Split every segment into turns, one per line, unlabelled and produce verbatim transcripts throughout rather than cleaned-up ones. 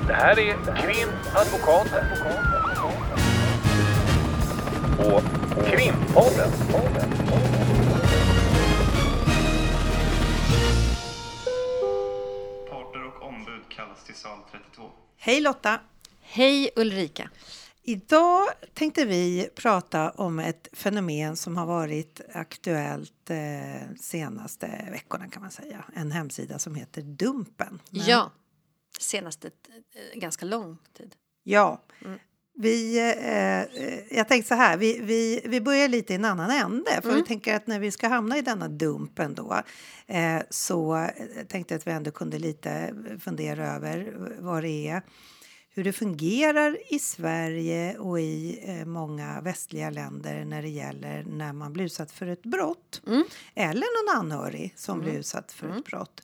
Det här är Krimadvokaten. Och Krimpodden.
Parter och ombud kallas till sal trettiotvå.
Hej Lotta!
Hej Ulrika!
Idag tänkte vi prata om ett fenomen som har varit aktuellt eh, senaste veckorna kan man säga. En hemsida som heter Dumpen. Men,
Ja, senaste eh, ganska lång tid.
Ja,
Mm.
vi, eh, jag tänkte så här, vi, vi, vi börjar lite i en annan ände. För
Mm.
vi tänker att när vi ska hamna i denna Dumpen då, eh, så tänkte jag att vi ändå kunde lite fundera över vad det är. Hur det fungerar i Sverige och i eh, många västliga länder när det gäller när man blir utsatt för ett brott.
Mm.
Eller någon anhörig som
Mm.
blir utsatt för
Mm.
ett brott.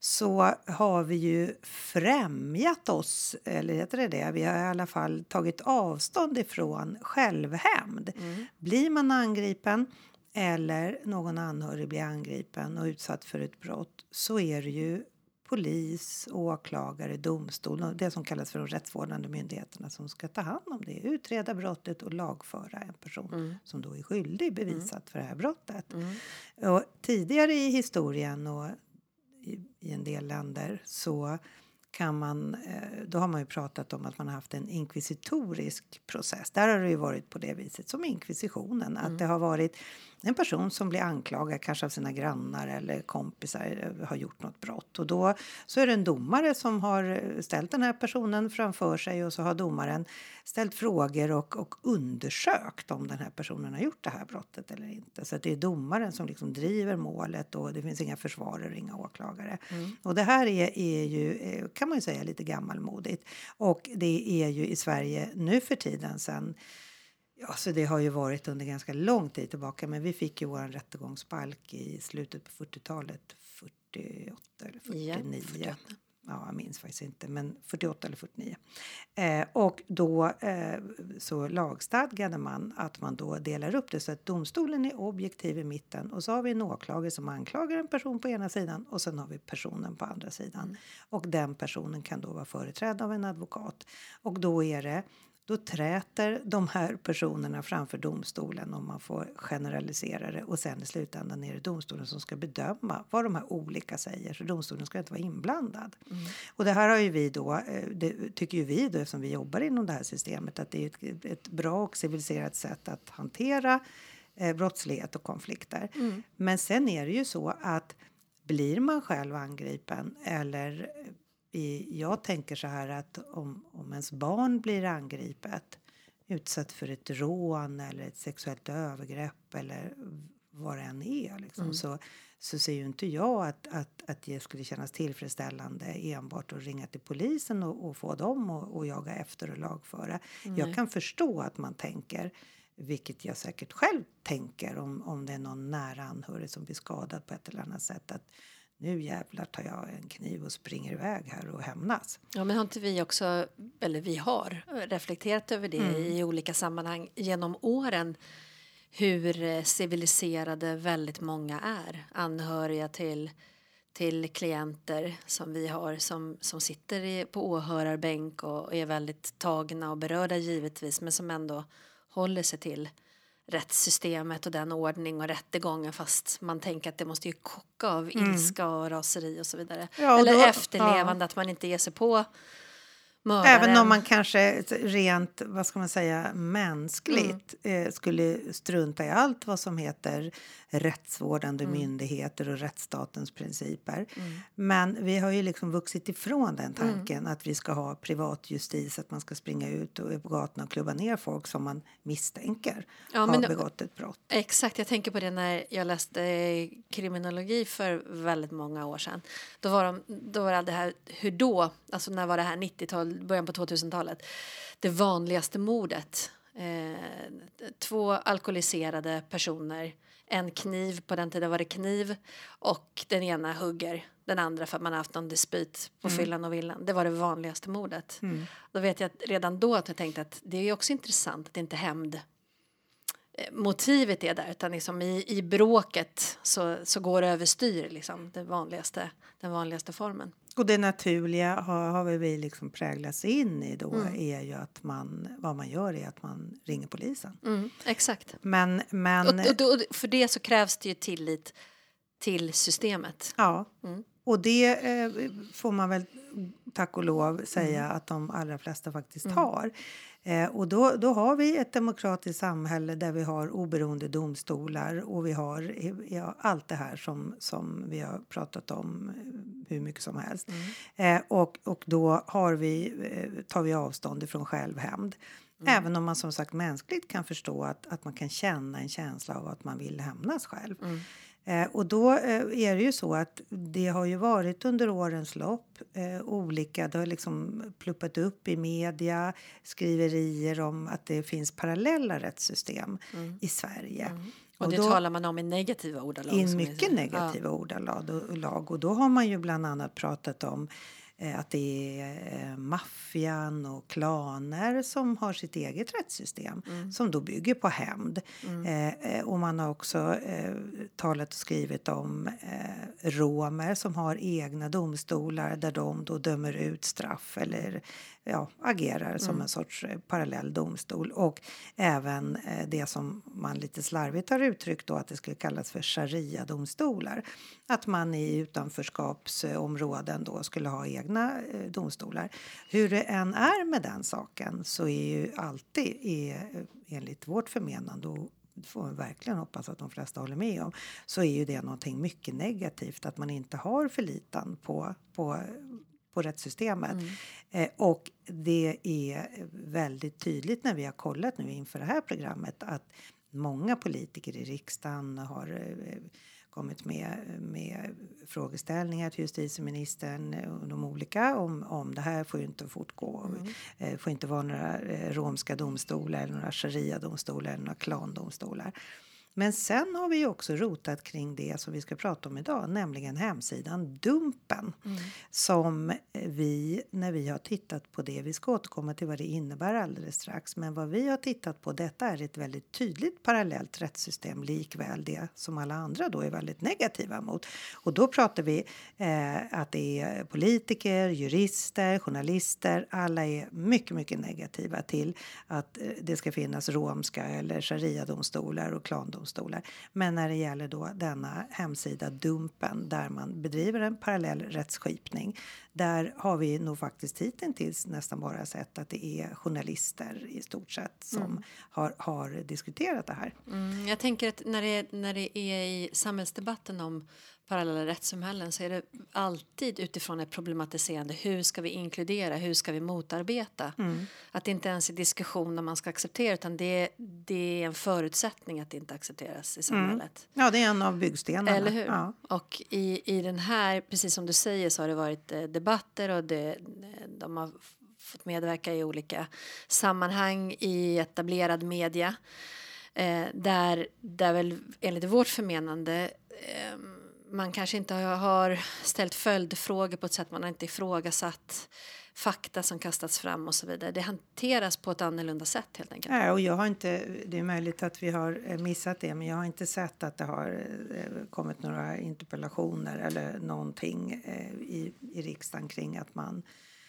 Så har vi ju främjat oss, eller heter det det? Vi har i alla fall tagit avstånd ifrån självhämnd.
Mm.
Blir man angripen eller någon anhörig blir angripen och utsatt för ett brott så är det ju polis, åklagare, domstol och det som kallas för de rättsvårdande myndigheterna som ska ta hand om det. Utreda brottet och lagföra en person
Mm.
som då är skyldig bevisat för det här brottet.
Mm.
Och tidigare i historien och i, i en del länder så kan man, eh, då har man ju pratat om att man har haft en inkvisitorisk process. Där har det ju varit på det viset som inkvisitionen.
Mm.
Att det har varit en person som blir anklagad kanske av sina grannar eller kompisar har gjort något brott. Och då så är det en domare som har ställt den här personen framför sig och så har domaren ställt frågor och, och undersökt om den här personen har gjort det här brottet eller inte. Så att det är domaren som liksom driver målet och det finns inga försvarare, inga åklagare. Mm. Och det här är, är ju, kan man ju säga, lite gammalmodigt. Och det är ju i Sverige nu för tiden sedan. Ja, så det har ju varit under ganska lång tid tillbaka. Men vi fick ju vår rättegångsbalk i slutet på fyrtiotalet. fyrtioåtta eller fyrtionio.
Ja, fyrtioåtta.
Ja, jag minns faktiskt inte. Men fyrtioåtta eller fyrtionio. Eh, och då eh, så lagstadgade man att man då delar upp det. Så att domstolen är objektiv i mitten. Och så har vi en åklagare som anklagar en person på ena sidan. Och sen har vi personen på andra sidan. Mm. Och den personen kan då vara företrädd av en advokat. Och då är det... Då träter de här personerna framför domstolen om man får generalisera det. Och sen i slutändan är det domstolen som ska bedöma vad de här olika säger. Så domstolen ska inte vara inblandad. Mm. Och det här har ju vi då, det tycker ju vi då eftersom vi jobbar inom det här systemet. Att det är ett, ett bra och civiliserat sätt att hantera eh, brottslighet och konflikter. Mm. Men sen är det ju så att blir man själv angripen eller... I, jag tänker så här att om, om ens barn blir angripet, utsatt för ett rån eller ett sexuellt övergrepp eller vad det än är liksom, mm. så, så ser ju inte jag att, att, att det skulle kännas tillfredsställande enbart att ringa till polisen och, och få dem och, och jaga efter och lagföra. Mm. Jag kan förstå att man tänker, vilket jag säkert själv tänker om, om det är någon nära anhörig som blir skadad på ett eller annat sätt, att nu jävlar tar jag en kniv och springer iväg här och hämnas.
Ja, men har inte vi också, eller vi har reflekterat över det mm. i olika sammanhang genom åren. Hur civiliserade väldigt många är. Anhöriga till, till klienter som vi har som, som sitter i, på åhörarbänk och är väldigt tagna och berörda givetvis. Men som ändå håller sig till rättssystemet och den ordning och rättegången fast man tänker att det måste ju koka av mm. ilska och raseri och så vidare. Ja, och eller då, efterlevande ja. Att man inte ger sig på mördaren.
Även om man kanske rent, vad ska man säga, mänskligt mm. eh, skulle strunta i allt vad som heter rättsvårdande mm. myndigheter och rättsstatens principer. Mm. Men vi har ju liksom vuxit ifrån den tanken mm. att vi ska ha privatjustis, att man ska springa ut och på gatan och klubba ner folk som man misstänker ja, har men, begått ett brott.
Exakt, jag tänker på det när jag läste kriminologi för väldigt många år sedan. Då var, de, då var det här, hur då, alltså när var det här nittiotal, början på tvåtusentalet, det vanligaste mordet. Eh, två alkoholiserade personer, en kniv, på den tiden var det kniv, och den ena hugger den andra för att man har haft någon dispyt på mm. fyllan och villan. Det var det vanligaste mordet. Mm. Då vet jag att redan då att jag tänkte att det är också intressant att det inte hämnd motivet är där, utan liksom i, i bråket så, så går det överstyr liksom, det vanligaste, den vanligaste formen.
Och det naturliga har, har vi liksom präglats in i då
Mm.
är ju att man, vad man gör är att man ringer polisen.
Mm, exakt.
Men, men
Och, och, då, för det så krävs det ju tillit till systemet.
ja,
Mm.
och det eh, får man väl tack och lov säga att de allra flesta faktiskt
Mm.
har. Eh, och då, då har vi ett demokratiskt samhälle där vi har oberoende domstolar och vi har ja, allt det här som, som vi har pratat om eh, hur mycket som helst.
Mm.
Eh, och, och då har vi, eh, tar vi avstånd ifrån självhämnd.
Mm.
Även om man som sagt mänskligt kan förstå att, att man kan känna en känsla av att man vill hämnas själv.
Mm.
Eh, och då eh, är det ju så att det har ju varit under årens lopp eh, olika, det har liksom pluppat upp i media skriverier om att det finns parallella rättssystem
Mm.
i Sverige.
Mm. Och,
Och
det
då-
talar man om i negativa ordalag.
I
som vi
mycket
säger.
negativa ordalag och, lag. Och då har man ju bland annat pratat om eh, att det är eh, maffian och klaner som har sitt eget rättssystem
Mm.
som då bygger på hämnd.
Mm.
Eh, eh, och man har också eh, talat och skrivit om eh, romer som har egna domstolar där de då dömer ut straff eller ja, agerar som
Mm.
en sorts eh, parallell domstol. Och även eh, det som man lite slarvigt har uttryckt då att det skulle kallas för sharia-domstolar. Att man i utanförskapsområden då skulle ha egna eh, domstolar. Hur det än är med den saken så är ju alltid är, enligt vårt förmenande och får man verkligen hoppas att de flesta håller med om, så är ju det någonting mycket negativt att man inte har förlitan på, på, på rättssystemet.
Mm.
Eh, och det är väldigt tydligt när vi har kollat nu inför det här programmet att många politiker i riksdagen har eh, kommit med, med frågeställningar till justitieministern och de olika om, om det här får ju inte fortgå.
Mm.
Det får inte vara några eh, romska domstolar eller några sharia-domstolar eller några klandomstolar. Men sen har vi ju också rotat kring det som vi ska prata om idag, nämligen hemsidan Dumpen.
Mm.
Som vi, när vi har tittat på det, vi ska återkomma till vad det innebär alldeles strax. Men vad vi har tittat på, detta är ett väldigt tydligt parallellt rättssystem, likväl det som alla andra då är väldigt negativa mot. Och då pratar vi eh, att det är politiker, jurister, journalister, alla är mycket, mycket negativa till att eh, det ska finnas romska eller sharia-domstolar och klandomstolar. Men när det gäller då denna hemsida Dumpen där man bedriver en parallell rättsskipning, där har vi nog faktiskt hittills nästan bara sett att det är journalister i stort sett som
Mm.
har, har diskuterat det här.
Mm, jag tänker att när det, när det är i samhällsdebatten om parallella rättssamhällen så är det alltid utifrån ett problematiserande. Hur ska vi inkludera? Hur ska vi motarbeta?
Mm.
Att det inte ens är diskussion om man ska acceptera utan det, det är en förutsättning att det inte accepteras i samhället.
Ja, det är en av byggstenarna.
Eller hur?
Ja.
Och i, i den här, precis som du säger, så har det varit eh, debatter och det, de har f- fått medverka i olika sammanhang i etablerad media. Eh, där, där väl enligt vårt förmenande eh, man kanske inte har ställt följdfrågor på ett sätt, man har inte ifrågasatt fakta som kastats fram och så vidare. Det hanteras på ett annorlunda sätt helt enkelt.
Nej, och jag har inte, det är möjligt att vi har eh, missat det, men jag har inte sett att det har eh, kommit några interpellationer eller någonting eh, i, i riksdagen kring att man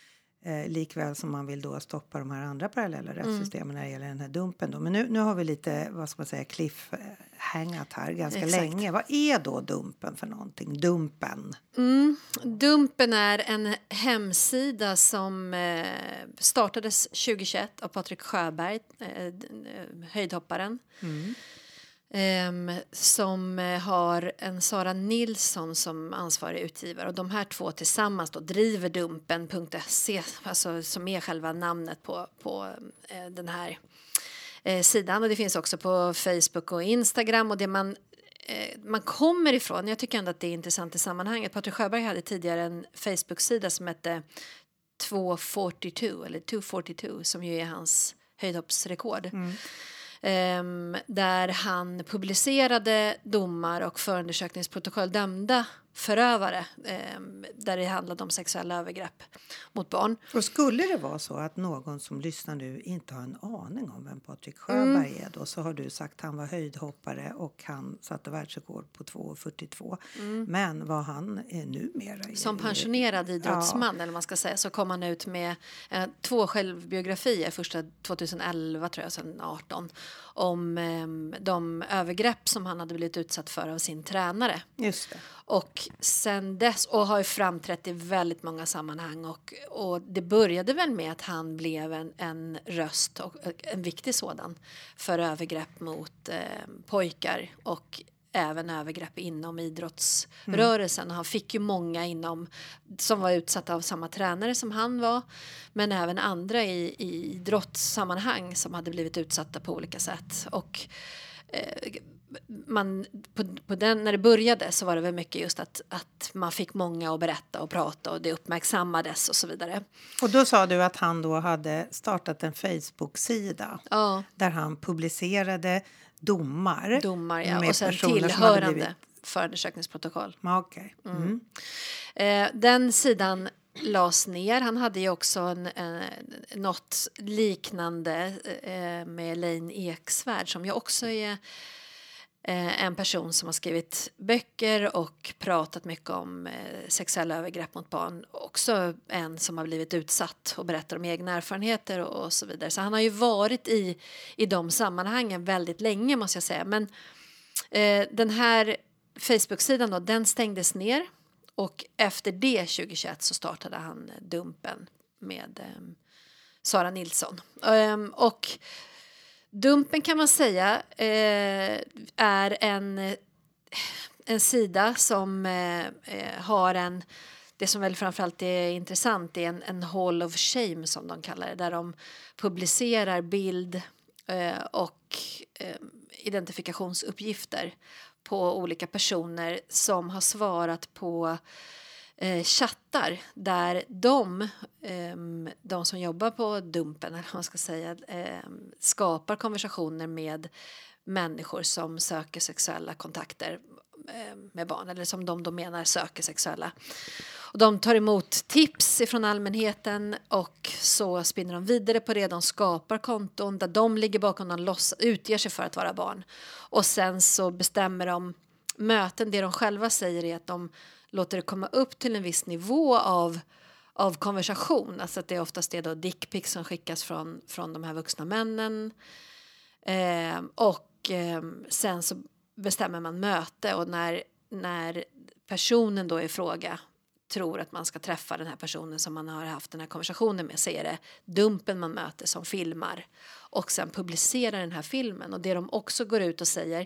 eh, likväl som man vill då stoppa de här andra parallella rättssystemen mm. när det gäller den här dumpen då. Men nu, nu har vi lite, vad ska man säga, cliffhangat här ganska
Exakt.
länge. Vad är då dumpen för någonting? Dumpen?
Mm. Dumpen är en hemsida som eh, startades tjugohundratjugoett av Patrik Sjöberg, eh, höjdhopparen.
Mm.
Um, som uh, har en Sara Nilsson som ansvarig utgivare och de här två tillsammans då driver dumpen punkt se, alltså som är själva namnet på, på uh, den här uh, sidan, och det finns också på Facebook och Instagram, och det man uh, man kommer ifrån, jag tycker ändå att det är intressant i sammanhanget. Patrik Sjöberg hade tidigare en Facebook-sida som hette tvåhundrafyrtiotvå eller tvåhundrafyrtiotvå som ju är hans höjdhoppsrekord.
Mm.
Um, där han publicerade domar och förundersökningsprotokoll, dömda förövare eh, där det handlade om sexuella övergrepp mot barn.
Och skulle det vara så att någon som lyssnar nu inte har en aning om vem Patrik Sjöberg mm. är då, så har du sagt att han var höjdhoppare och han satte världsrekord på två fyrtiotvå. Mm. Men vad han är numera.
Som pensionerad idrottsman ja. eller man ska säga, så kom han ut med eh, två självbiografier, första tjugoelva tror jag, sen arton, om eh, de övergrepp som han hade blivit utsatt för av sin tränare.
Just det.
Och sen dess, och har ju framträtt i väldigt många sammanhang, och, och det började väl med att han blev en, en röst, och en viktig sådan, för övergrepp mot eh, pojkar och även övergrepp inom idrottsrörelsen. Mm. Och han fick ju många inom som var utsatta av samma tränare som han var, men även andra i, i idrottssammanhang som hade blivit utsatta på olika sätt. Och eh, man, på, på den, när det började så var det väl mycket just att, att man fick många att berätta och prata, och det uppmärksammades och så vidare.
Och då sa du att han då hade startat en Facebook-sida
ja. där
han publicerade domar.
Domar, ja. Och sen tillhörande blivit... förundersökningsprotokoll.
Okej. Okay. Mm.
Mm. Eh, den sidan lades ner. Han hade ju också en, en, något liknande eh, med Elaine Eksvärd, som ju också är eh, en person som har skrivit böcker och pratat mycket om eh, sexuella övergrepp mot barn. Också en som har blivit utsatt och berättar om egna erfarenheter och, och så vidare. Så han har ju varit i, i de sammanhangen väldigt länge, måste jag säga. Men eh, den här Facebook-sidan då, den stängdes ner. Och efter det tjugohundratjugoett så startade han Dumpen med eh, Sara Nilsson. Um, och Dumpen kan man säga eh, är en, en sida som eh, har en, det som väl framförallt är intressant är en, en hall of shame som de kallar det, där de publicerar bild eh, och eh, identifikationsuppgifter på olika personer som har svarat på eh, chattar där de, eh, de som jobbar på Dumpen, eller vad man ska säga, eh, skapar konversationer med människor som söker sexuella kontakter eh, med barn, eller som de då menar söker sexuella. Och de tar emot tips från allmänheten och så spinner de vidare på det. De skapar konton där de ligger bakom, de loss, utger sig för att vara barn. Och sen så bestämmer de möten. Det de själva säger är att de låter det komma upp till en viss nivå av, av konversation. Alltså att det är oftast det då dickpics som skickas från, från de här vuxna männen. Eh, och eh, sen så bestämmer man möte, och när, när personen då i fråga tror att man ska träffa den här personen som man har haft den här konversationen med, så är det Dumpen man möter som filmar och sen publicerar den här filmen. Och det de också går ut och säger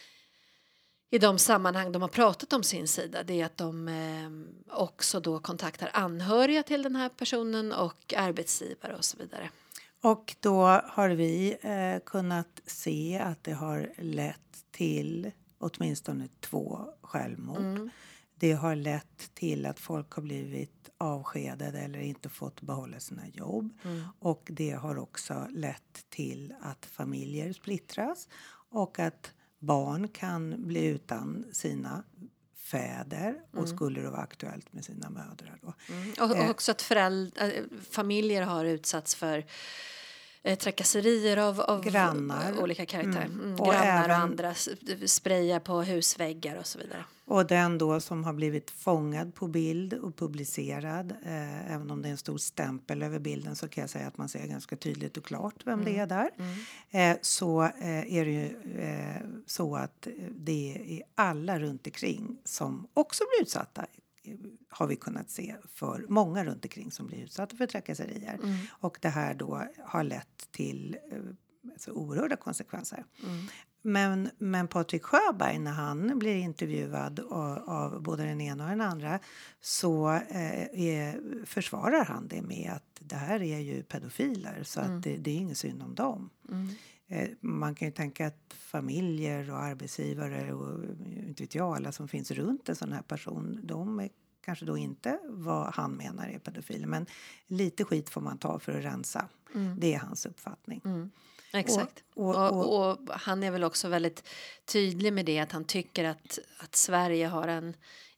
i de sammanhang de har pratat om sin sida, det är att de eh, också då kontaktar anhöriga till den här personen och arbetsgivare och så vidare.
Och då har vi eh, kunnat se att det har lett till åtminstone två självmord. Mm. Det har lett till att folk har blivit avskedade eller inte fått behålla sina jobb. Mm. Och det har också lett till att familjer splittras och att barn kan bli utan sina fäder och mm. skulle det vara aktuellt med sina mödrar. Då.
Mm. Och, och också att föräldrar, familjer har utsatts för eh, trakasserier av, av
grannar.
olika karaktärer. Mm. Mm.
Och
Grannar
även,
och andra sprayar på husväggar och så vidare.
Och den då som har blivit fångad på bild och publicerad, eh, även om det är en stor stämpel över bilden, så kan jag säga att man ser ganska tydligt och klart vem mm. det är där. Mm. Eh, så eh, är det ju eh, så att det är alla runt omkring som också blir utsatta, har vi kunnat se, för många runt omkring som blir utsatta för trakasserier. Mm. Och det här då har lett till eh, alltså oerhörda konsekvenser. Mm. Men, men Patrik Sjöberg, när han blir intervjuad av, av både den ena och den andra, så eh, är, försvarar han det med att det här är ju pedofiler, så mm. att det, det är ingen synd om dem. Mm. Eh, man kan ju tänka att familjer och arbetsgivare och inte vet jag, alla som finns runt en sån här person, de är kanske då inte vad han menar är pedofiler, men lite skit får man ta för att rensa. Mm. Det är hans uppfattning. Mm.
Exakt. Och, och, och, och han är väl också väldigt tydlig med det, att han tycker att, att Sverige har en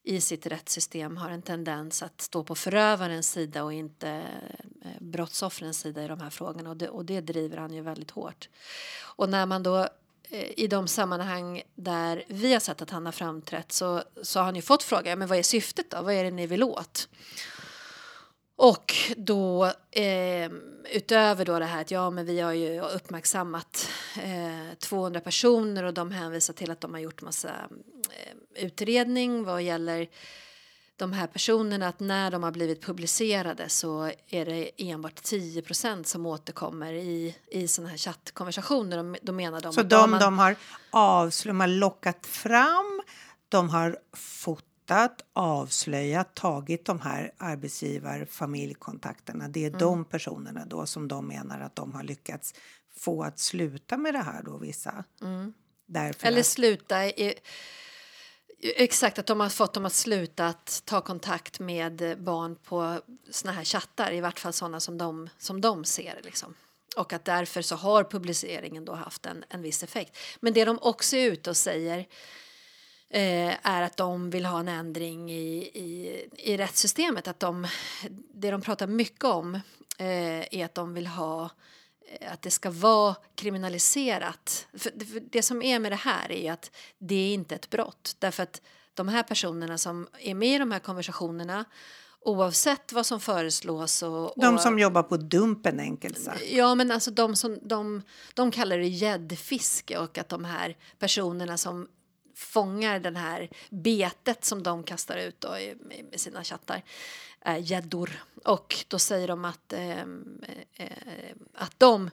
i sitt rättssystem har en tendens att stå på förövarens sida och inte eh, brottsoffrens sida i de här frågorna. Och det, och det driver han ju väldigt hårt. Och när man då eh, i de sammanhang där vi har sett att han har framträtt så, så har han ju fått fråga, men vad är syftet då? Vad är det ni vill åt? Och då eh, utöver då det här att ja, men vi har ju uppmärksammat eh, tvåhundra personer och de hänvisar till att de har gjort massa eh, utredning vad gäller de här personerna, att när de har blivit publicerade så är det enbart tio procent som återkommer i, i sådana här chattkonversationer. De, de menar de
så
att
de,
man,
de har avslöjat, de har lockat fram, de har fått avslöjat, tagit de här arbetsgivar familjekontakterna. Det är mm. de personerna då som de menar att de har lyckats få att sluta med det här då, vissa. Mm. Därför
Eller
att...
sluta i, exakt, att de har fått dem att sluta att ta kontakt med barn på såna här chattar, i vart fall sådana som de, som de ser liksom. Och att därför så har publiceringen då haft en, en viss effekt. Men det de också är ute och säger Eh, är att de vill ha en ändring i, i, i rättssystemet. Att de, det de pratar mycket om eh, är att de vill ha eh, att det ska vara kriminaliserat. För, för det som är med det här är att det är inte ett brott. Därför att de här personerna som är med i de här konversationerna, oavsett vad som föreslås och, och,
de som jobbar på Dumpen, enkelt sagt.
Ja, men alltså de som de, de kallar det gäddfiske, och att de här personerna som fångar den här betet som de kastar ut då i, i sina chattar, äh, gäddor. Och då säger de att äh, äh, att de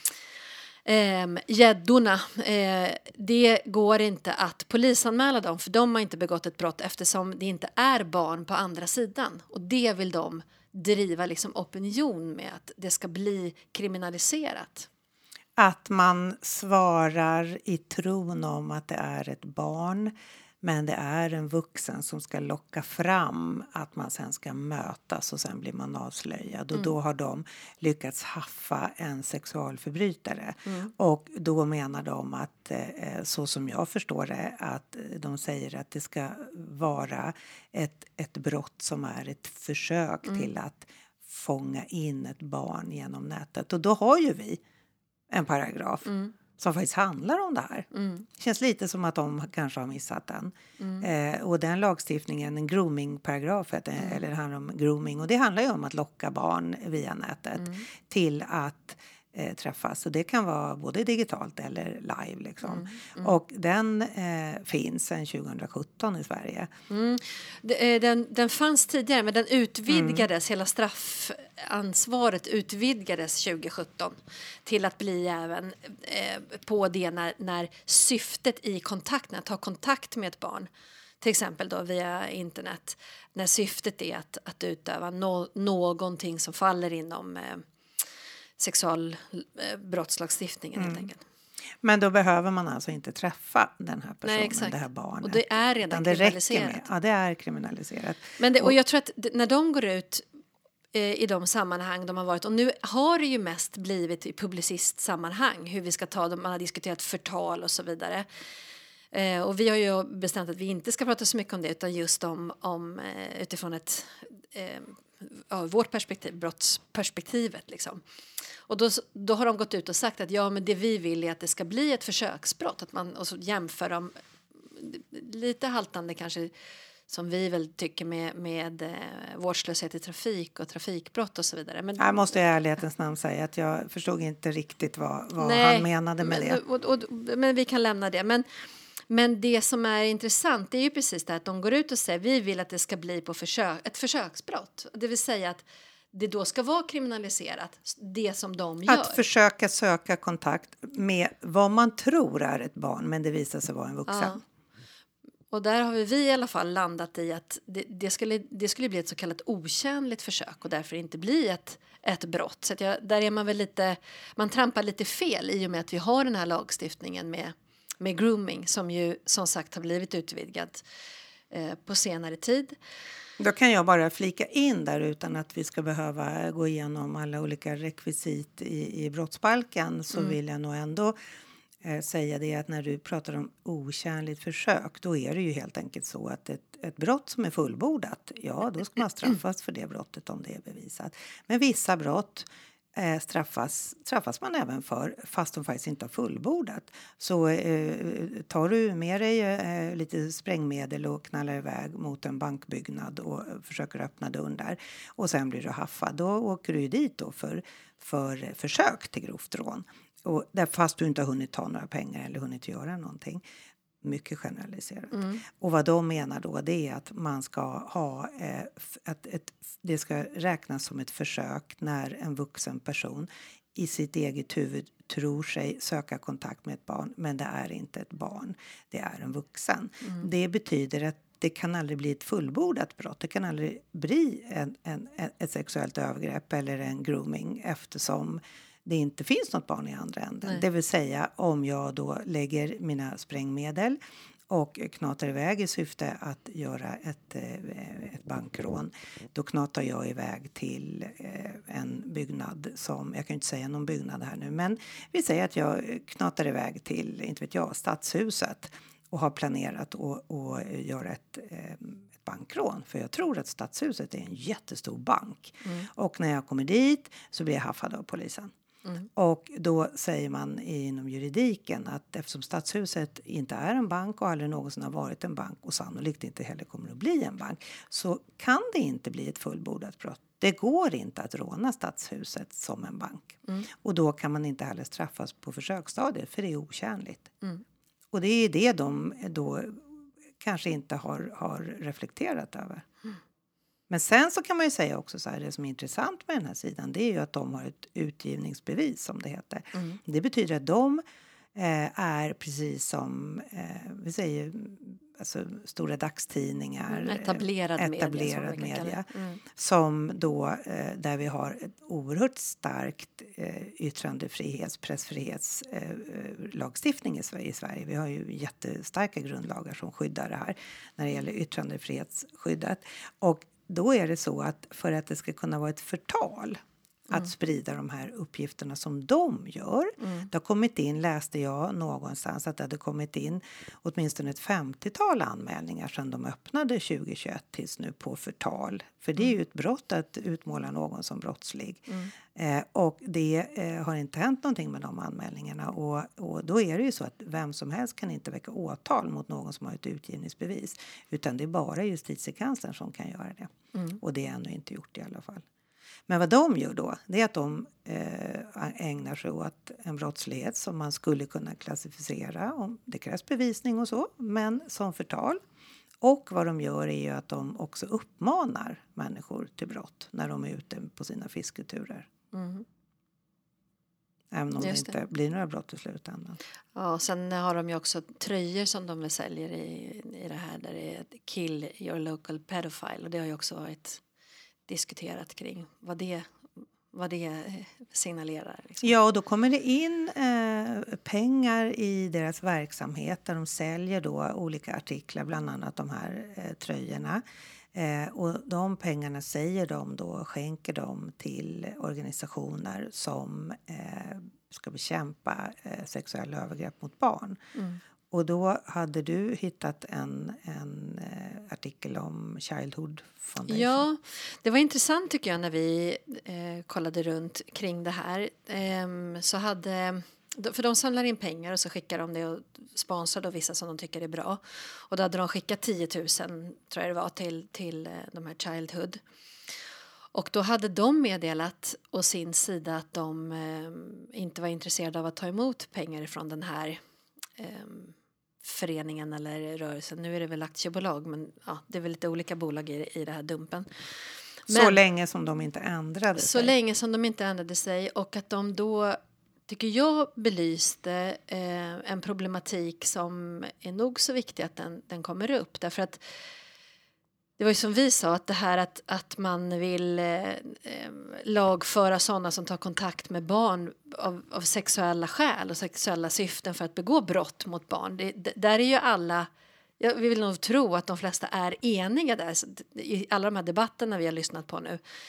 gäddorna, äh, äh, det går inte att polisanmäla dem, för de har inte begått ett brott eftersom det inte är barn på andra sidan. Och det vill de driva liksom opinion med, att det ska bli kriminaliserat.
Att man svarar i tron om att det är ett barn, men det är en vuxen som ska locka fram att man sen ska mötas och sen blir man avslöjad. Och mm. då har de lyckats haffa en sexualförbrytare. Mm. Och då menar de att, så som jag förstår det, att de säger att det ska vara ett, ett brott som är ett försök mm. till att fånga in ett barn genom nätet. Och då har ju vi en paragraf mm. som faktiskt handlar om det här. Mm. Det känns lite som att de kanske har missat den. Mm. Eh, och den lagstiftningen, en grooming-paragraf, mm. eller det handlar om grooming. Och det handlar ju om att locka barn via nätet mm. till att eh, träffas. Och det kan vara både digitalt eller live liksom. Mm. Mm. Och den eh, finns sedan tjugo sjutton i Sverige. Mm.
Den, den fanns tidigare, men den utvidgades, mm. hela straffansvaret utvidgades tjugo sjutton till att bli även eh, på det när, när syftet i kontakten, att ha kontakt med ett barn, till exempel då via internet, när syftet är att, att utöva no, någonting som faller inom eh, sexualbrottslagstiftningen mm. helt enkelt.
Men då behöver man alltså inte träffa den här personen,
Nej,
det här barnet.
Och det är redan det kriminaliserat.
Med, ja, det är kriminaliserat.
Men det, och,
och
jag tror att när de går ut eh, i de sammanhang de har varit, och nu har det ju mest blivit i publicistsammanhang, hur vi ska ta dem, man har diskuterat förtal och så vidare. Eh, och vi har ju bestämt att vi inte ska prata så mycket om det, utan just om, om eh, utifrån ett eh, ja, vårt perspektiv, brottsperspektivet liksom. Och då, då har de gått ut och sagt att ja, men det vi vill är att det ska bli ett försöksbrott, att man, och så jämför dem lite haltande kanske, som vi väl tycker med, med eh, vårdslöshet i trafik och trafikbrott och så vidare. Men
jag måste i ärlighetens namn säga att jag förstod inte riktigt vad, vad nej, han menade med
men,
det.
Och, och, men vi kan lämna det. Men, men det som är intressant, det är ju precis det att de går ut och säger vi vill att det ska bli på försök, ett försöksbrott. Det vill säga att det då ska vara kriminaliserat, det som de gör. Att
försöka söka kontakt med vad man tror är ett barn, men det visar sig vara en vuxen. Ja.
Och där har vi i alla fall landat i att det, det, skulle, det skulle bli ett så kallat otjänligt försök och därför inte bli ett, ett brott. Så att jag, där är man väl lite, man trampar lite fel i och med att vi har den här lagstiftningen med, med grooming som ju som sagt har blivit utvidgad eh, på senare tid.
Då kan jag bara flika in där utan att vi ska behöva gå igenom alla olika rekvisit i, i brottsbalken, så mm. vill jag nog ändå eh, säga det att när du pratar om otjänligt försök, då är det ju helt enkelt så att ett, ett brott som är fullbordat, ja då ska man straffas för det brottet om det är bevisat. Men vissa brott eh, straffas, straffas man även för fast de faktiskt inte har fullbordat. Så eh, tar du med dig eh, lite sprängmedel och knallar iväg mot en bankbyggnad och försöker öppna dörren där och sen blir du haffad, då åker du ju dit då för, för försök till grovt rån. Och där, fast du inte har hunnit ta några pengar eller hunnit göra någonting. Mycket generaliserat. Mm. Och vad de menar då, det är att man ska ha eh, att ett, det ska räknas som ett försök när en vuxen person i sitt eget huvud tror sig söka kontakt med ett barn, men det är inte ett barn, det är en vuxen. Mm. Det betyder att det kan aldrig bli ett fullbordat brott. Det kan aldrig bli en, en, ett sexuellt övergrepp eller en grooming eftersom det inte finns något barn i andra änden. Nej. Det vill säga om jag då lägger mina sprängmedel och knatar iväg i syfte att göra ett, ett bankrån. Då knatar jag iväg till en byggnad som, jag kan inte säga någon byggnad här nu, men vi säger att jag knatar iväg till, inte vet jag, Stadshuset och har planerat att, att göra ett, ett bankrån. För jag tror att Stadshuset är en jättestor bank. Mm. Och när jag kommer dit så blir jag haffad av polisen. Mm. Och då säger man inom juridiken att eftersom Stadshuset inte är en bank och aldrig någonsin har varit en bank och sannolikt inte heller kommer att bli en bank, så kan det inte bli ett fullbordat brott. Det går inte att råna Stadshuset som en bank. Mm. Och då kan man inte heller straffas på försöksstadiet för det är otjänligt. Mm. Och det är det de då kanske inte har, har reflekterat över. Mm. Men sen så kan man ju säga också så här, det som är intressant med den här sidan, det är ju att de har ett utgivningsbevis som det heter. Mm. Det betyder att de eh, är precis som, eh, vi säger, alltså stora dagstidningar. Mm,
etablerad,
etablerad
media.
media
mm.
Som då, eh, där vi har ett oerhört starkt eh, yttrandefrihets, pressfrihets eh, lagstiftning i Sverige, i Sverige. Vi har ju jättestarka grundlagar som skyddar det här när det gäller yttrandefrihetsskyddet. Och då är det så att för att det ska kunna vara ett förtal mm. att sprida de här uppgifterna som de gör. Mm. Det har kommit in, läste jag någonstans, att det hade kommit in åtminstone ett femtiotal anmälningar sedan de öppnade tjugohundratjugoett tills nu på förtal. För det är ju ett brott att utmåla någon som brottslig. Mm. Eh, och det eh, har inte hänt någonting med de anmälningarna. Och, och då är det ju så att vem som helst kan inte väcka åtal mot någon som har ett utgivningsbevis. Utan det är bara justitiekanslern som kan göra det. Mm. Och det är ännu inte gjort i alla fall. Men vad de gör då, det är att de eh, ägnar sig åt en brottslighet som man skulle kunna klassificera om det krävs bevisning och så, men som förtal. Och vad de gör är ju att de också uppmanar människor till brott när de är ute på sina fisketurer. Mm. Även om Just det inte det. blir några brott i slutändan.
Ja, och sen har de ju också tröjor som de säljer i, i det här där det är kill your local pedophile. Och det har ju också varit diskuterat kring vad det, vad det signalerar. Liksom.
Ja, och då kommer det in eh, pengar i deras verksamhet där de säljer då olika artiklar, bland annat de här eh, tröjorna. Eh, och de pengarna säger de då, skänker de till organisationer som eh, ska bekämpa eh, sexuella övergrepp mot barn. Mm. Och då hade du hittat en, en eh, artikel om Childhood Foundation.
Ja, det var intressant tycker jag när vi eh, kollade runt kring det här. Eh, så hade, för de samlar in pengar och så skickar de det och sponsrar då vissa som de tycker är bra. Och då hade de skickat tio tusen tror jag det var till, till eh, de här Childhood. Och då hade de meddelat å sin sida att de eh, inte var intresserade av att ta emot pengar från den här eh, föreningen eller rörelsen. Nu är det väl aktiebolag, men ja, det är väl lite olika bolag i, i det här dumpen. Men,
så länge som de inte ändrade sig.
Så länge som de inte ändrade sig och att de då, tycker jag, belyste eh, en problematik som är nog så viktig att den, den kommer upp. Därför att det var ju som vi sa, att det här att, att man vill eh, lagföra sådana som tar kontakt med barn av, av sexuella skäl och sexuella syften för att begå brott mot barn. Det, det, där är ju alla, jag vill nog tro att de flesta är eniga där. Så i alla de här debatterna vi har lyssnat på nu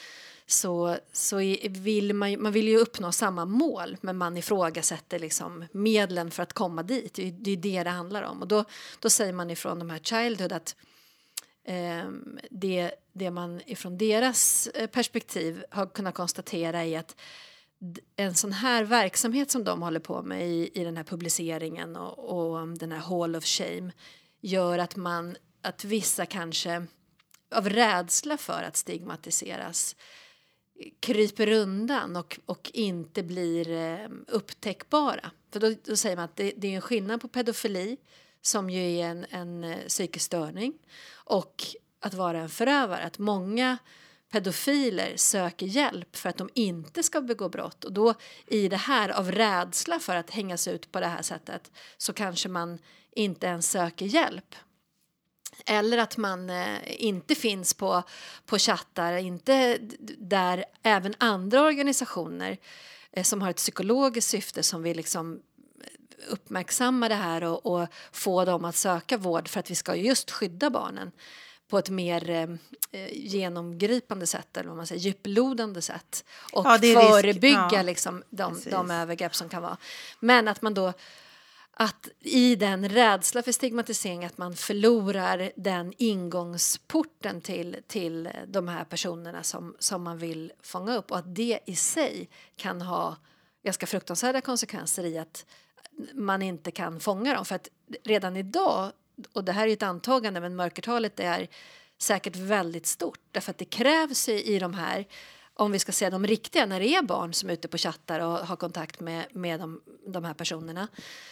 så, så vill man, man vill ju uppnå samma mål, men man ifrågasätter liksom medlen för att komma dit. Det är det är det, det handlar om. Och då, då säger man ifrån de här Childhood att eh, det, det man ifrån deras perspektiv har kunnat konstatera är att en sån här verksamhet som de håller på med i, i den här publiceringen och, och den här Hall of Shame gör att man att vissa kanske av rädsla för att stigmatiseras kryper undan och, och inte blir eh, upptäckbara. För då, då säger man att det, det är en skillnad på pedofili, som ju är en, en eh, psykisk störning, och att vara en förövare. Att många pedofiler söker hjälp för att de inte ska begå brott. Och då i det här, av rädsla för att hängas ut på det här sättet, så kanske man inte ens söker hjälp. Eller att man eh, inte finns på, på chattar, inte där även andra organisationer eh, som har ett psykologiskt syfte, som vill liksom uppmärksamma det här och, och få dem att söka vård, för att vi ska just skydda barnen på ett mer eh, genomgripande sätt, eller vad man säger, djuplodande sätt, och
ja,
förebygga
ja,
liksom, de, de övergrepp som kan vara. Men att man då att i den rädsla för stigmatisering, att man förlorar den ingångsporten till, till de här personerna som, som man vill fånga upp, och att det i sig kan ha ganska fruktansvärda konsekvenser i att man inte kan fånga dem. För att redan idag, och det här är ett antagande, men mörkertalet är säkert väldigt stort, därför att det krävs i de här, om vi ska säga de riktiga, när det är barn som är ute på chattar och har kontakt med, med de, de här personerna,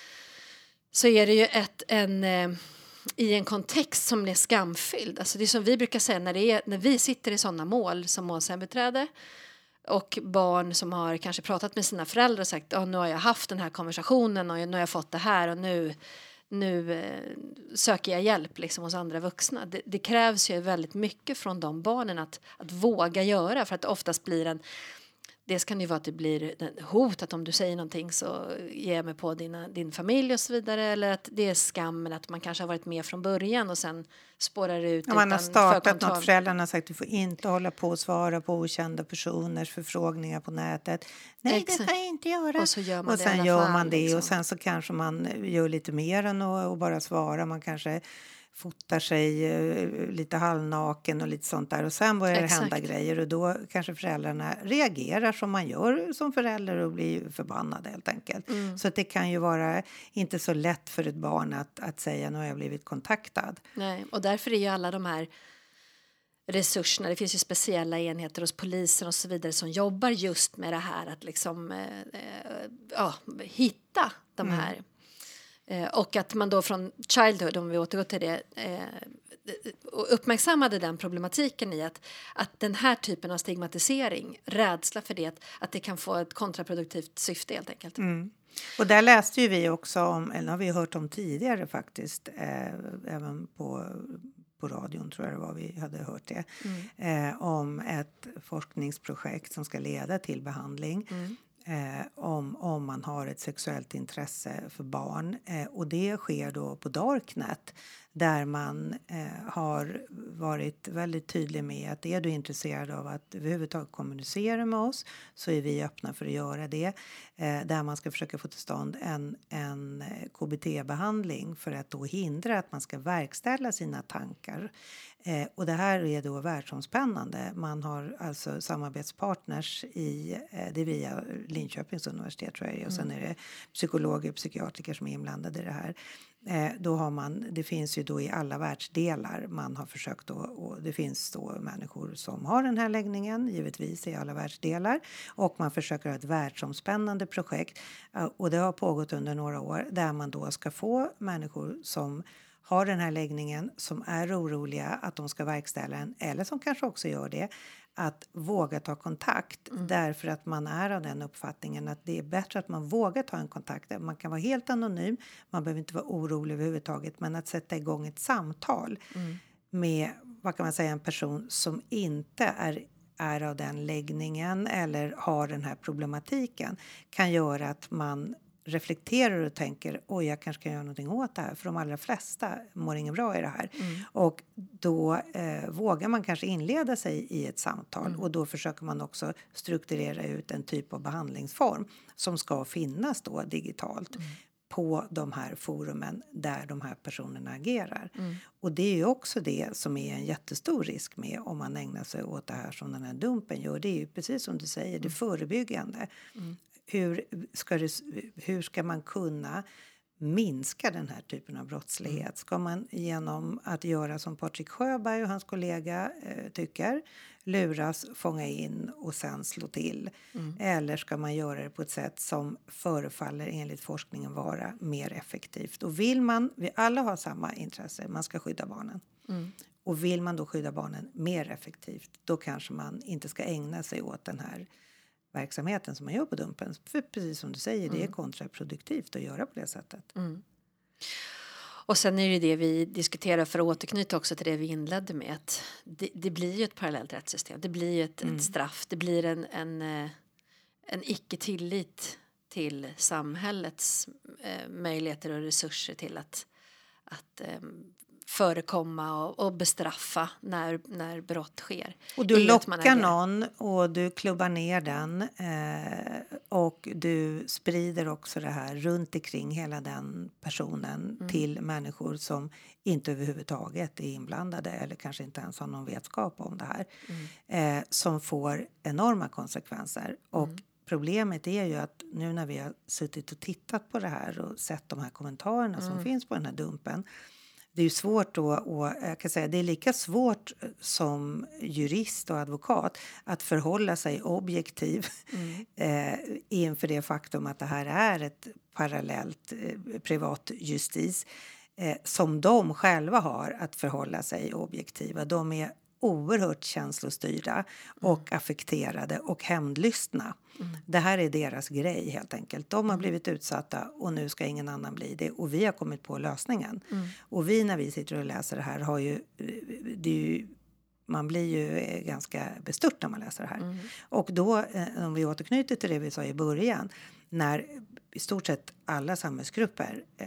så är det ju ett, en, eh, i en kontext som är skamfylld. Alltså det är som vi brukar säga, när, det är, när vi sitter i sådana mål som målsägandebiträde, och barn som har kanske pratat med sina föräldrar och sagt oh, nu har jag haft den här konversationen och nu har jag fått det här, och nu, nu eh, söker jag hjälp liksom hos andra vuxna. Det, det krävs ju väldigt mycket från de barnen att, att våga göra, för att det oftast blir en Dels kan det ju vara att det blir hot, att om du säger någonting så ger jag mig på dina, din familj och så vidare. Eller att det är skam, att man kanske har varit med från början och sen spårar ut
ja, man har
utan
startat
förkontroll.
något, föräldrarna har sagt att du får inte hålla på och svara på okända personers förfrågningar på nätet. Nej, Exakt. Det kan jag inte göra.
Och så gör man
och
det
sen
i alla
gör
fall,
man det
liksom.
Och sen så kanske man gör lite mer än att och bara svara. Man kanske fotar sig uh, lite halvnaken och lite sånt där. Och sen börjar
Exakt.
det hända grejer. Och då kanske föräldrarna reagerar som man gör som förälder och blir förbannade helt enkelt. Mm. Så att det kan ju vara inte så lätt för ett barn att, att säga nu har jag blivit kontaktad.
Nej, och därför är ju alla de här resurserna, det finns ju speciella enheter hos polisen och så vidare som jobbar just med det här att liksom eh, eh, ja, hitta de
Mm.
här. Och att man då från Childhood, om vi återgår till det, eh, uppmärksammade den problematiken i att, att den här typen av stigmatisering, rädsla för det, att det kan få ett kontraproduktivt syfte helt enkelt. Mm.
Och där läste ju vi också om, eller har vi hört om tidigare faktiskt, eh, även på, på radion tror jag det var vi hade hört det, mm. eh, om ett forskningsprojekt som ska leda till behandling. Mm. Eh, om, om man har ett sexuellt intresse för barn. Eh, och det sker då på Darknet, där man eh, har varit väldigt tydlig med att är du intresserad av att överhuvudtaget kommunicera med oss, så är vi öppna för att göra det. Eh, där man ska försöka få till stånd en, en K B T-behandling för att då hindra att man ska verkställa sina tankar. Eh, och det här är då världsomspännande. Man har alltså samarbetspartners i, eh, det är via Linköpings universitet tror jag, och sen är det psykologer och psykiatriker som är inblandade i det här. Eh, då har man, det finns ju då i alla världsdelar man har försökt då, och det finns då människor som har den här läggningen, givetvis i alla världsdelar, och man försöker ha ett världsomspännande projekt, eh, och det har pågått under några år, där man då ska få människor som har den här läggningen, som är oroliga att de ska verkställa en, eller som kanske också gör det, att våga ta kontakt. Mm. Därför att man är av den uppfattningen att det är bättre att man vågar ta en kontakt. Man kan vara helt anonym, man behöver inte vara orolig överhuvudtaget, men att sätta igång ett samtal mm. med, vad kan man säga, en person som inte är är av den läggningen eller har den här problematiken, kan göra att man reflekterar och tänker oj, jag kanske kan göra någonting åt det här. För de allra flesta mår ingen bra i det här. Mm. Och då eh, vågar man kanske inleda sig i ett samtal. Mm. Och då försöker man också strukturera ut en typ av behandlingsform som ska finnas då digitalt. Mm. På de här forumen där de här personerna agerar. Mm. Och det är ju också det som är en jättestor risk med om man ägnar sig åt det här som den här dumpen gör. Det är ju precis som du säger, mm. det förebyggande. Mm. Hur ska, det, hur ska man kunna minska den här typen av brottslighet? Mm. Ska man genom att göra som Patrik Sjöberg och hans kollega eh, tycker, luras, fånga in och sen slå till? Mm. Eller ska man göra det på ett sätt som förefaller enligt forskningen vara mer effektivt? Och vill man, vi alla har samma intresse, man ska skydda barnen. Mm. Och vill man då skydda barnen mer effektivt, då kanske man inte ska ägna sig åt den här verksamheten som man gör på dumpen. För precis som du säger, mm. det är kontraproduktivt att göra på det sättet. Mm.
Och sen är det det vi diskuterar för att återknyta också till det vi inledde med. Att det, det blir ju ett parallellt rättssystem. Det blir ju ett, mm. ett straff. Det blir en, en, en icke-tillit till samhällets eh, möjligheter och resurser till att, att eh, förekomma och, och bestraffa när, när brott sker.
Och du lockar någon och du klubbar ner den eh, och du sprider också det här runt omkring hela den personen mm. till människor som inte överhuvudtaget är inblandade eller kanske inte ens har någon vetskap om det här. Mm. Eh, som får enorma konsekvenser. Och mm. problemet är ju att nu när vi har suttit och tittat på det här och sett de här kommentarerna mm. som finns på den här dumpen. Det är ju svårt då, och jag kan säga det är lika svårt som jurist och advokat att förhålla sig objektiv mm. eh, inför det faktum att det här är ett parallellt eh, privat justis eh, som de själva har att förhålla sig objektiva. De är oerhört känslostyrda och mm. affekterade och hämndlystna. Mm. Det här är deras grej helt enkelt. De har blivit utsatta och nu ska ingen annan bli det. Och vi har kommit på lösningen. Mm. Och vi när vi sitter och läser det här har ju, det är ju man blir ju ganska bestört när man läser det här. Mm. Och då, om vi återknyter till det vi sa i början, när i stort sett alla samhällsgrupper eh,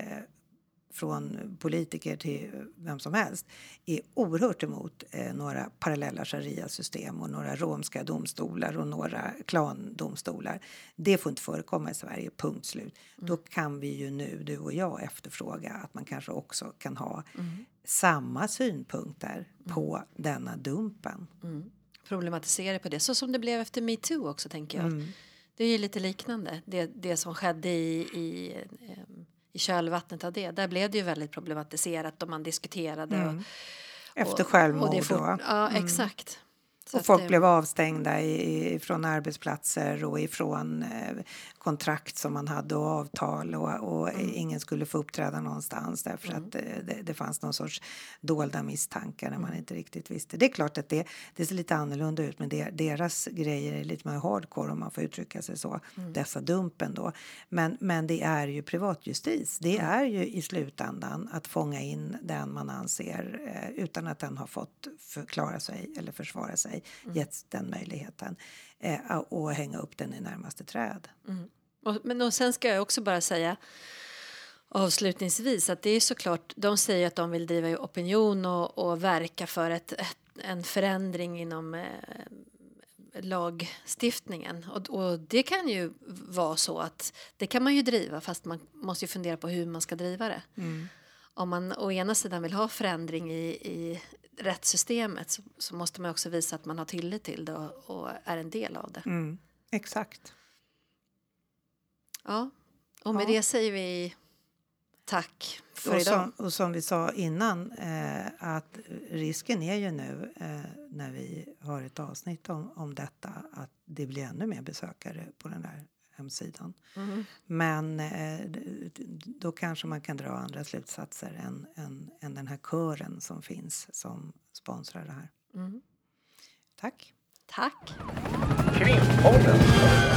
från politiker till vem som helst är oerhört emot eh, några parallella sharia-system och några romska domstolar och några klandomstolar. Det får inte förekomma i Sverige, punkt slut. Mm. Då kan vi ju nu, du och jag, efterfråga att man kanske också kan ha mm. samma synpunkter mm. på denna dumpen.
Mm. Problematisera på det, så som det blev efter MeToo också, tänker jag. Mm. Det är ju lite liknande, det, det som skedde i... i um, i kölvattnet av det. Där blev det ju väldigt problematiserat och man diskuterade.
Mm.
Och,
efter självmord.
Och det for,
då.
ja,
mm.
exakt.
Så och folk det, blev avstängda i, från arbetsplatser och ifrån eh, kontrakt som man hade och avtal. Och, och mm. ingen skulle få uppträda någonstans därför mm. att eh, det, det fanns någon sorts dolda misstankar när man mm. inte riktigt visste. Det är klart att det, det ser lite annorlunda ut, men det, deras grejer är lite mer hardcore om man får uttrycka sig så. Mm. Dessa dumpen då. Men, men det är ju privatjustis. Det mm. är ju i slutändan att fånga in den man anser eh, utan att den har fått förklara sig eller försvara sig. Mm. Getts den möjligheten eh, och hänga upp den i närmaste träd.
Mm. Och, men och sen ska jag också bara säga avslutningsvis att det är såklart, de säger att de vill driva opinion och, och verka för ett, ett, en förändring inom eh, lagstiftningen. Och, och det kan ju vara så att det kan man ju driva, fast man måste ju fundera på hur man ska driva det. Mm. Om man å ena sidan vill ha förändring i, i rättssystemet så, så måste man också visa att man har tillit till det och, och är en del av det.
Mm, exakt.
Ja, och med ja. det säger vi tack för
och
idag.
Som, och som vi sa innan, eh, att risken är ju nu eh, när vi har ett avsnitt om, om detta att det blir ännu mer besökare på den där hemsidan. Mm. Men eh, då kanske man kan dra andra slutsatser än, än, än den här kören som finns som sponsrar det här. Mm. Tack.
Tack.
Krimpodden.